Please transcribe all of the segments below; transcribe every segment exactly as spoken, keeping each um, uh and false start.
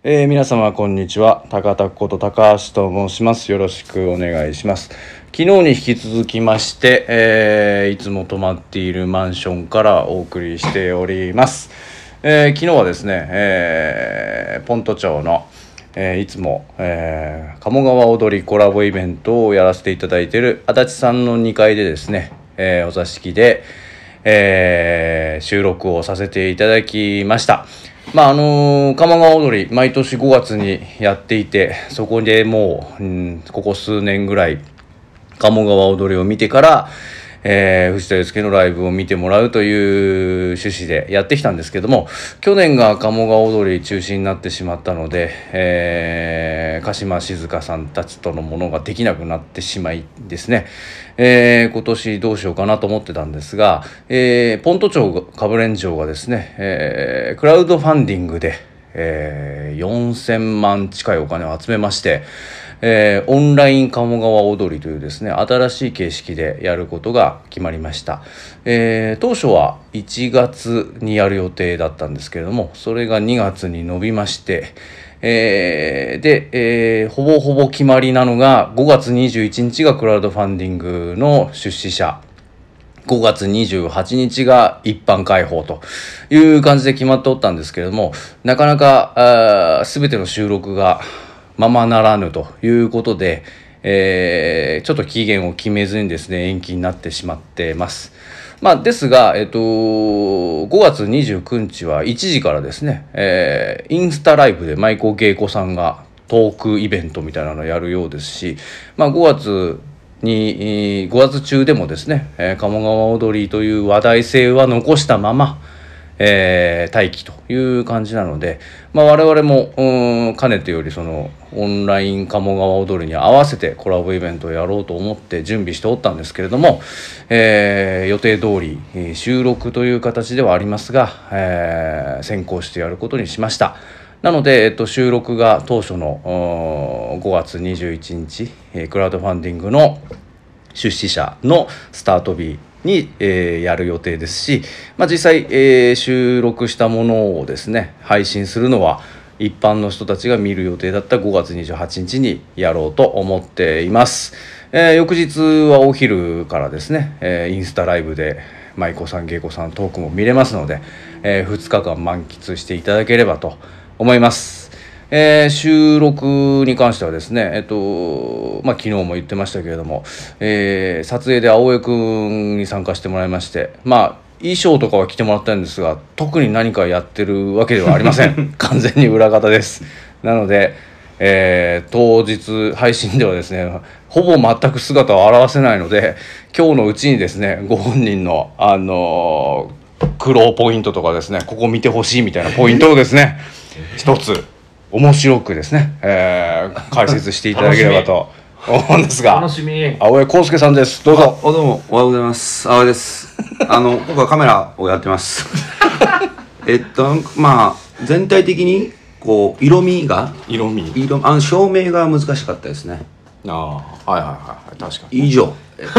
えー、皆様こんにちは。高田こと高橋と申します。よろしくお願いします。昨日に引き続きまして、えー、いつも泊まっているマンションからお送りしております。えー、昨日はですね、えー、ポント町の、えー、いつも、えー、鴨川踊りコラボイベントをやらせていただいている足立さんのにかいでですね、えー、お座敷で、えー、収録をさせていただきました。まああのー、鴨川踊り毎年ごがつにやっていて、そこでもう、うん、ここ数年ぐらい鴨川踊りを見てから、えー、藤田祐介のライブを見てもらうという趣旨でやってきたんですけども、去年が鴨川踊り中止になってしまったので、えー、鹿島静香さんたちとのものができなくなってしまいですね、えー、今年どうしようかなと思ってたんですが、えー、ポント町かぶれん町がですね、えー、クラウドファンディングで、えー、よんせんまん近いお金を集めまして、えー、オンライン鴨川踊りというですね、新しい形式でやることが決まりました。えー、当初はいちがつにやる予定だったんですけれども、それがにがつに延びまして、えー、で、えー、ほぼほぼ決まりなのがごがつにじゅういちにちがクラウドファンディングの出資者、ごがつにじゅうはちにちが一般開放という感じで決まっておったんですけれども、なかなか全ての収録がままならぬということで、えー、ちょっと期限を決めずにですね、延期になってしまってます。まあ、ですが、えっと、ごがつにじゅうくにちはいちじからですね、えー、インスタライブで舞妓芸妓さんがトークイベントみたいなのをやるようですし、まあ、ごがつにごがつ中でもですね、えー、鴨川踊りという話題性は残したまま、えー、待機という感じなので、まあ、我々もうんかねてよりそのオンライン鴨川踊りに合わせてコラボイベントをやろうと思って準備しておったんですけれども、えー、予定通り、えー、収録という形ではありますが、えー、先行してやることにしました。なので、えっと、収録が当初のごがつにじゅういちにち、えー、クラウドファンディングの出資者のスタート日に、えー、やる予定ですし、まあ、実際、えー、収録したものをですね配信するのは一般の人たちが見る予定だったごがつにじゅうはちにちにやろうと思っています。えー、翌日はお昼からですね、えー、インスタライブで舞妓さん芸妓さんトークも見れますので、えー、ふつかかん満喫していただければと思います。えー、収録に関してはですね、えっとまあ、昨日も言ってましたけれども、えー、撮影で青江くんに参加してもらいまして、まあ衣装とかは着てもらったんですが、特に何かやってるわけではありません。完全に裏方です。なので、えー、当日配信ではですね、ほぼ全く姿を現せないので、今日のうちにですね、ご本人のあのー、苦労ポイントとかですね、ここ見てほしいみたいなポイントをですね一つ面白くですね、えー、解説していただければと思うんですが、 楽しみ。 青江康介さんです。どうぞ。 あ、どうもおはようございます。青江です。あの僕はカメラをやってます。えっとまあ全体的にこう色味が色味色あの照明が難しかったですね。 ああ、はいはいはい確かに。 以上。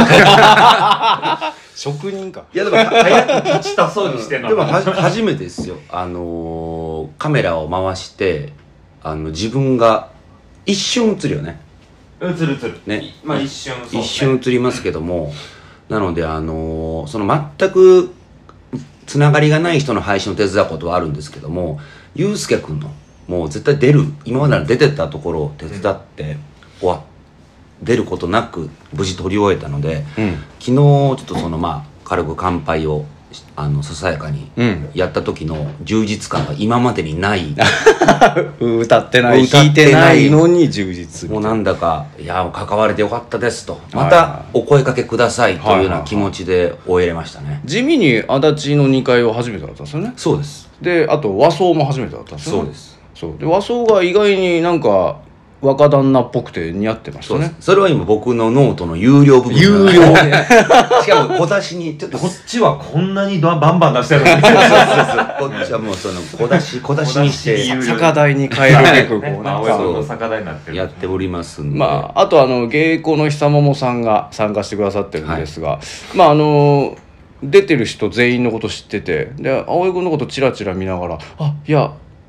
職人か。 いやでも早く立ちたそうにしてんの。 でもは初めてですよ。あのー、カメラを回してあの自分が一瞬映るよね。 映る映る。 ね。 まあ一瞬そう、ね、 一瞬映りますけども、なのであのー、その全くつながりがない人の配信を手伝うことはあるんですけども、ゆうすけくんのもう絶対出る今までの出てたところを手伝って終わ出ることなく無事撮り終えたので、うん、昨日ちょっとそのまあ軽く乾杯をあのささやかにやった時の充実感が今までにない、 うん、歌ってない弾いてないのに充実もうなんだかいや関われてよかったですと、またお声かけくださいというような気持ちで終えれましたね、はいはいはい、 地味に足立のにかいは初めてだったんですよね。 そうです。 であと和装も初めてだったんですよね。 そうです。 そうで和装が意外になんか若旦那っぽくて似合ってましたね。 そ, それは今僕のノートの有料部分有料ねしかも小出しにちょっとこっちはこんなにバンバン出してるのにそうそうそうこっちはもうその小出し小出しにして酒代に変えるべくこうね青江さんの酒代になってるやっておりますんで、 まああとあの芸妓の久桃さんが参加してくださってるんですが、はい、まああの出てる人全員のこと知ってて、で青江君のことチラチラ見ながら、あいや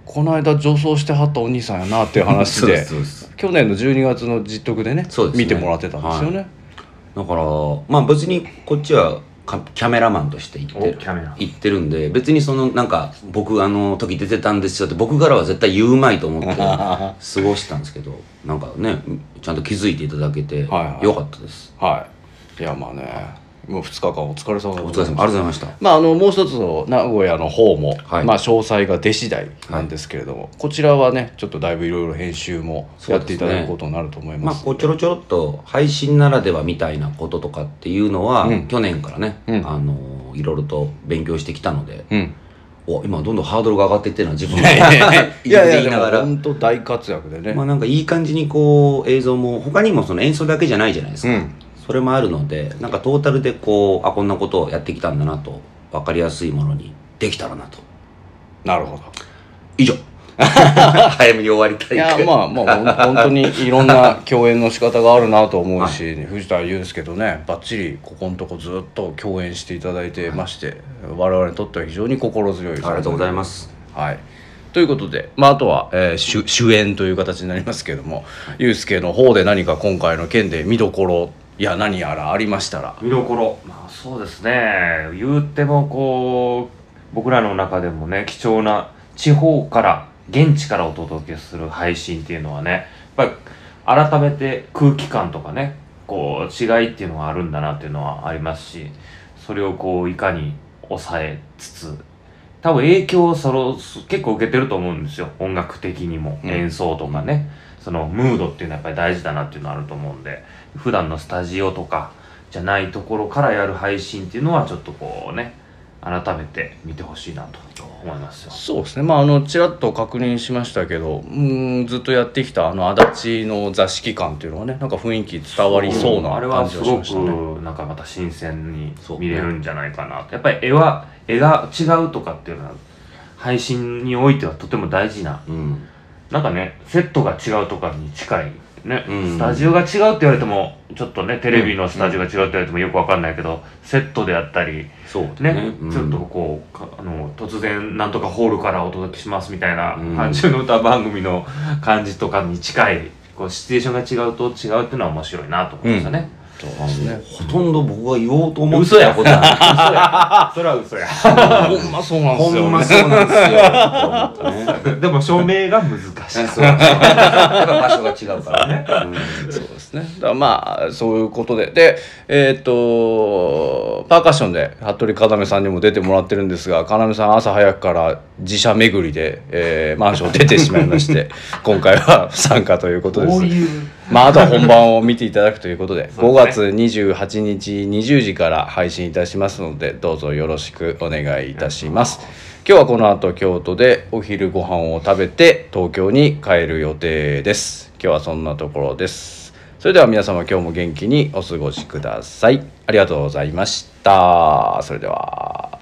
この間女装してはったお兄さんやなっていう話でそうですそうです去年のじゅうにがつの実得でねそうですね見てもらってたんですよね、 はい、だからまあ別にこっちはキャメラマンとして行ってるキャメラ行ってるんで、別にそのなんか僕あの時出てたんですよって僕からは絶対言うまいと思って過ごしたんですけどなんかねちゃんと気づいていただけてよかったです。 はい、いやまあねもうふつかかんお疲れ様でございました。お疲れ様ありがとうございました。 まああのもう一つの名古屋の方も、 はい、 まあ詳細が出次第なんですけれども、はい、こちらはねちょっとだいぶいろいろ編集もやっていただくことになると思います。 まあこうちょろちょろっと配信ならではみたいなこととかっていうのは、うん、去年からね、うん、あのいろいろと勉強してきたので、うん、お今どんどんハードルが上がっていってるのは自分がいやいやでも本当大活躍でね。 まあなんかいい感じにこう映像も他にもその演奏だけじゃないじゃないですか。うん、それもあるのでなんかトータルでこうあこんなことをやってきたんだなと分かりやすいものにできたらなと。 なるほど。 以上早めに終わりたい。 いやまあまあ本当にいろんな共演の仕方があるなと思うし、はい、藤田祐介とねバッチリここのとこずっと共演していただいてまして、はい、我々にとっては非常に心強い。ありがとうございます。 はい。ということで、まあ、あとは、えー、主, 主演という形になりますけれども、祐介の方で何か今回の件で見どころいや何やらありましたら。 見どころまあそうですね言ってもこう僕らの中でもね貴重な地方から現地からお届けする配信っていうのはねやっぱり改めて空気感とかねこう違いっていうのがあるんだなっていうのはありますしそれをこういかに抑えつつ多分影響をその結構受けてると思うんですよ音楽的にも、うん、演奏とかねそのムードっていうのはやっぱり大事だなっていうのはあると思うんで普段のスタジオとかじゃないところからやる配信っていうのはちょっとこうね改めて見てほしいなと思いますよ。 そうですねまああのちらっと確認しましたけどうんずっとやってきたあの足立の座敷感っていうのはねなんか雰囲気伝わりそうな感じがしましたね。 あれはすごくなんかまた新鮮に見れるんじゃないかなと、ね、やっぱり絵は絵が違うとかっていうのは配信においてはとても大事な、うん、なんかねセットが違うとかに近いね、うん、スタジオが違うって言われてもちょっとねテレビのスタジオが違うって言われてもよくわかんないけど、うん、セットであったりそうね、 ねうん、ちょっとこうあの突然なんとかホールからお届けしますみたいな感じの歌番組の感じとかに近いこうシチュエーションが違うと違うっていうのは面白いなと思いましたね、うんそうですね、 ほとんど僕が言おうと思ってたことは嘘やそれは嘘やほんまそうなんですよ、ね、 ほんまそうなんですよでも証明が難しいそうやっぱ場所が違うからね、 うん、そうですねだからまあそういうことででえっ、ー、とパーカッションで服部要さんにも出てもらってるんですが要さん朝早くから自社巡りで、えー、マンション出てしまいまして今回は不参加ということです。 こういうまあ、あとは本番を見ていただくということでごがつにじゅうはちにちにじゅうじから配信いたしますのでどうぞよろしくお願いいたします。今日はこの後京都でお昼ご飯を食べて東京に帰る予定です。今日はそんなところです。それでは皆様今日も元気にお過ごしください。ありがとうございました。それでは。